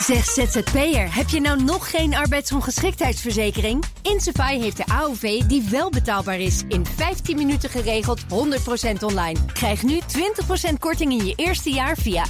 Zeg ZZP'er, heb je nou nog geen arbeidsongeschiktheidsverzekering? Insafai heeft de AOV die wel betaalbaar is. In 15 minuten geregeld, 100% online. Krijg nu 20% korting in je eerste jaar via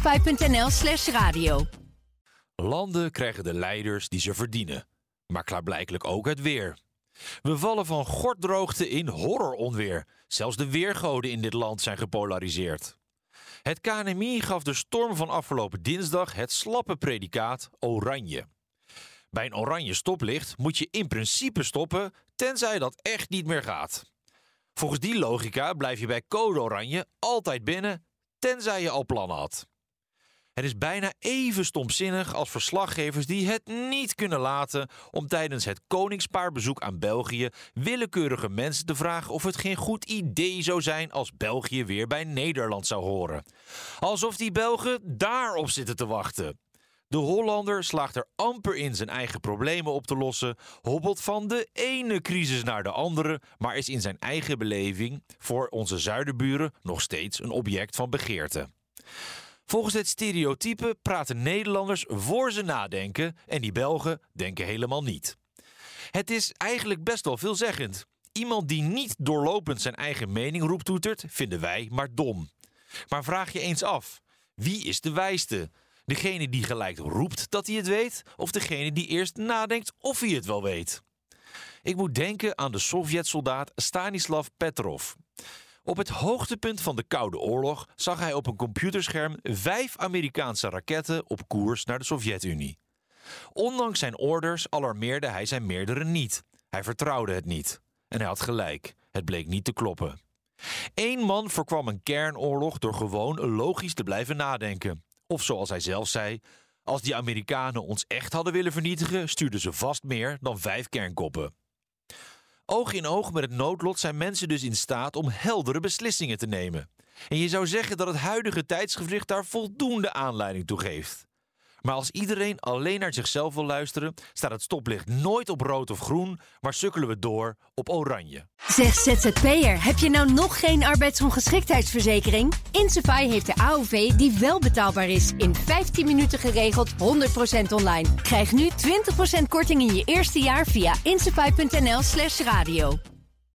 insafai.nl/radio. Landen krijgen de leiders die ze verdienen. Maar klaarblijkelijk ook het weer. We vallen van gorddroogte in horroronweer. Zelfs de weergoden in dit land zijn gepolariseerd. Het KNMI gaf de storm van afgelopen dinsdag het slappe predicaat oranje. Bij een oranje stoplicht moet je in principe stoppen, tenzij dat echt niet meer gaat. Volgens die logica blijf je bij code oranje altijd binnen, tenzij je al plannen had. Het is bijna even stomzinnig als verslaggevers die het niet kunnen laten om tijdens het koningspaarbezoek aan België willekeurige mensen te vragen of het geen goed idee zou zijn als België weer bij Nederland zou horen. Alsof die Belgen daarop zitten te wachten. De Hollander slaagt er amper in zijn eigen problemen op te lossen, hobbelt van de ene crisis naar de andere, maar is in zijn eigen beleving voor onze zuiderburen nog steeds een object van begeerte. Volgens het stereotype praten Nederlanders voor ze nadenken en die Belgen denken helemaal niet. Het is eigenlijk best wel veelzeggend. Iemand die niet doorlopend zijn eigen mening roeptoetert, vinden wij maar dom. Maar vraag je eens af, wie is de wijste? Degene die gelijk roept dat hij het weet, of degene die eerst nadenkt of hij het wel weet? Ik moet denken aan de Sovjet-soldaat Stanislav Petrov. Op het hoogtepunt van de Koude Oorlog zag hij op een computerscherm 5 Amerikaanse raketten op koers naar de Sovjet-Unie. Ondanks zijn orders alarmeerde hij zijn meerdere niet. Hij vertrouwde het niet. En hij had gelijk. Het bleek niet te kloppen. 1 man voorkwam een kernoorlog door gewoon logisch te blijven nadenken. Of zoals hij zelf zei, als die Amerikanen ons echt hadden willen vernietigen, stuurden ze vast meer dan 5 kernkoppen. Oog in oog met het noodlot zijn mensen dus in staat om heldere beslissingen te nemen. En je zou zeggen dat het huidige tijdsgevricht daar voldoende aanleiding toe geeft. Maar als iedereen alleen naar zichzelf wil luisteren, staat het stoplicht nooit op rood of groen, maar sukkelen we door op oranje. Zeg ZZP'er, heb je nou nog geen arbeidsongeschiktheidsverzekering? Insafai heeft de AOV die wel betaalbaar is. In 15 minuten geregeld, 100% online. Krijg nu 20% korting in je eerste jaar via insafai.nl/radio.